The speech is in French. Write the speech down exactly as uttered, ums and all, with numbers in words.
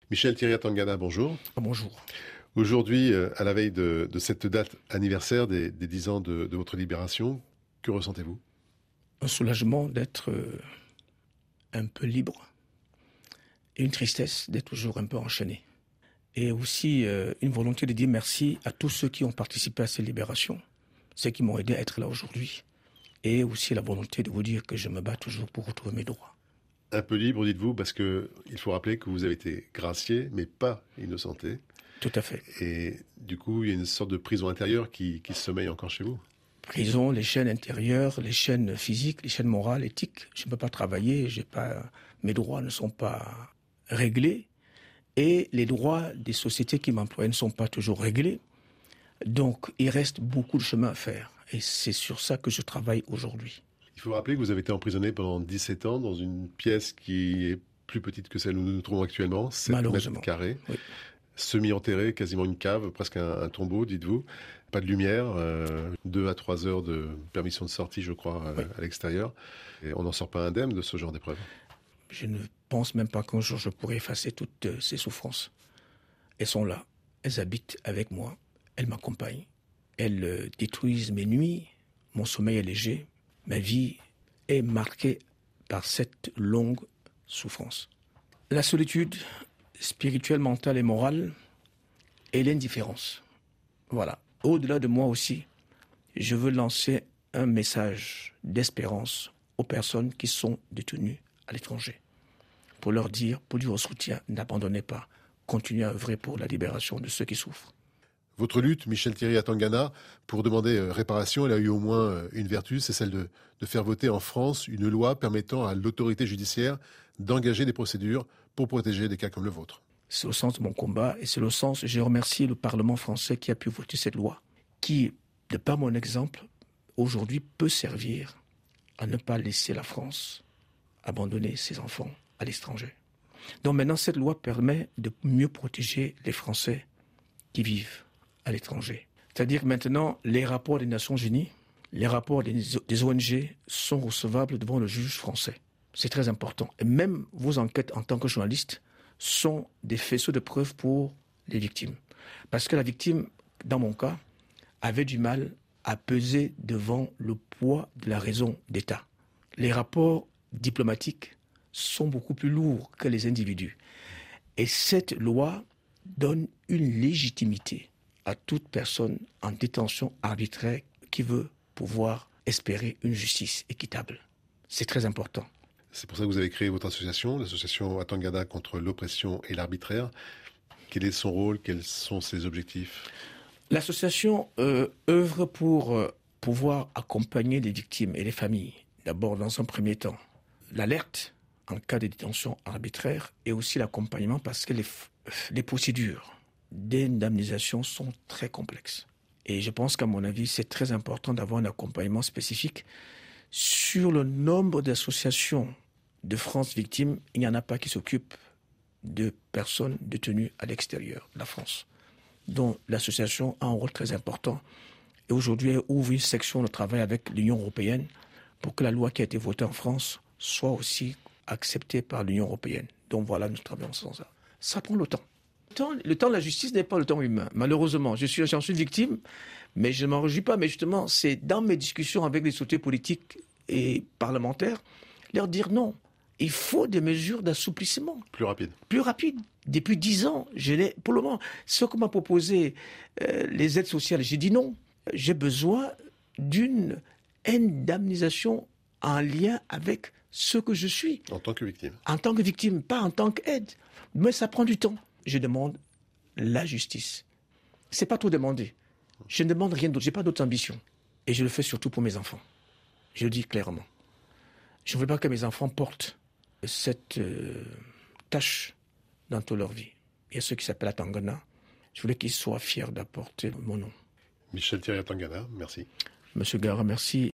Michel Thiriat-Tangana, bonjour. Bonjour. Aujourd'hui, euh, à la veille de, de cette date anniversaire des, des dix ans de, de votre libération, que ressentez-vous? Un soulagement d'être euh, un peu libre et une tristesse d'être toujours un peu enchaîné. Et aussi euh, une volonté de dire merci à tous ceux qui ont participé à cette libération, ceux qui m'ont aidé à être là aujourd'hui. Et aussi la volonté de vous dire que je me bats toujours pour retrouver mes droits. Un peu libre, dites-vous, parce que il faut rappeler que vous avez été gracié, mais pas innocenté. Tout à fait. Et du coup, il y a une sorte de prison intérieure qui, qui se sommeille encore chez vous. Prison, les chaînes intérieures, les chaînes physiques, les chaînes morales, éthiques. Je ne peux pas travailler, j'ai pas, mes droits ne sont pas réglés. Et les droits des sociétés qui m'emploient ne sont pas toujours réglés. Donc, il reste beaucoup de chemin à faire. Et c'est sur ça que je travaille aujourd'hui. Il faut rappeler que vous avez été emprisonné pendant dix-sept ans dans une pièce qui est plus petite que celle où nous nous trouvons actuellement, sept mètres carrés. Oui. Semi-enterré, quasiment une cave, presque un, un tombeau, dites-vous. Pas de lumière, euh, deux à trois heures de permission de sortie, je crois, oui. à, à l'extérieur. Et on n'en sort pas indemne de ce genre d'épreuve. Je ne pense même pas qu'un jour je pourrai effacer toutes ces souffrances. Elles sont là, elles habitent avec moi, elles m'accompagnent, elles euh, détruisent mes nuits, mon sommeil est léger, ma vie est marquée par cette longue souffrance. La solitude spirituelle, mentale et morale et l'indifférence. Voilà. Au-delà de moi aussi, je veux lancer un message d'espérance aux personnes qui sont détenues à l'étranger. Pour leur dire, pour dire au soutien, n'abandonnez pas. Continuez à œuvrer pour la libération de ceux qui souffrent. Votre lutte, Michel Thiriat-Tangana, pour demander réparation, elle a eu au moins une vertu, c'est celle de, de faire voter en France une loi permettant à l'autorité judiciaire d'engager des procédures pour protéger des cas comme le vôtre. C'est le sens de mon combat et c'est le sens, je remercie le Parlement français qui a pu voter cette loi, qui, de par mon exemple, aujourd'hui peut servir à ne pas laisser la France abandonner ses enfants à l'étranger. Donc maintenant, cette loi permet de mieux protéger les Français qui vivent à l'étranger. C'est-à-dire que maintenant, les rapports des Nations Unies, les rapports des O N G sont recevables devant le juge français. C'est très important. Et même vos enquêtes en tant que journaliste sont des faisceaux de preuves pour les victimes. Parce que la victime, dans mon cas, avait du mal à peser devant le poids de la raison d'État. Les rapports diplomatiques sont beaucoup plus lourds que les individus. Et cette loi donne une légitimité à toute personne en détention arbitraire qui veut pouvoir espérer une justice équitable. C'est très important. C'est pour ça que vous avez créé votre association, l'association Atangana contre l'oppression et l'arbitraire. Quel est son rôle? Quels sont ses objectifs? L'association euh, œuvre pour euh, pouvoir accompagner les victimes et les familles. D'abord, dans un premier temps, l'alerte en cas de détention arbitraire et aussi l'accompagnement parce que les, les procédures d'indemnisation sont très complexes. Et je pense qu'à mon avis, c'est très important d'avoir un accompagnement spécifique. Sur le nombre d'associations de France victimes, il n'y en a pas qui s'occupent de personnes détenues à l'extérieur de la France. Donc l'association a un rôle très important. Et aujourd'hui, elle ouvre une section de travail avec l'Union européenne pour que la loi qui a été votée en France soit aussi acceptée par l'Union européenne. Donc voilà, nous travaillons sans ça. Ça prend le temps. Le temps de la justice n'est pas le temps humain. Malheureusement, je suis, j'en suis victime, mais je ne m'en réjouis pas. Mais justement, c'est dans mes discussions avec les autorités politiques et parlementaires, leur dire non. Il faut des mesures d'assouplissement. Plus rapide. Plus rapide. Depuis dix ans, je l'ai, pour le moment, ce que m'a proposé euh, les aides sociales, j'ai dit non. J'ai besoin d'une indemnisation en lien avec ce que je suis. En tant que victime. En tant que victime, pas en tant qu'aide. Mais ça prend du temps. Je demande la justice. C'est pas tout demander. Je ne demande rien d'autre. J'ai pas d'autres ambitions. Et je le fais surtout pour mes enfants. Je le dis clairement. Je ne veux pas que mes enfants portent cette euh, tâche dans toute leur vie. Il y a ceux qui s'appellent Atangana. Je voulais qu'ils soient fiers d'apporter mon nom. Michel Thiriat-Tangana, merci. Monsieur Gara, merci.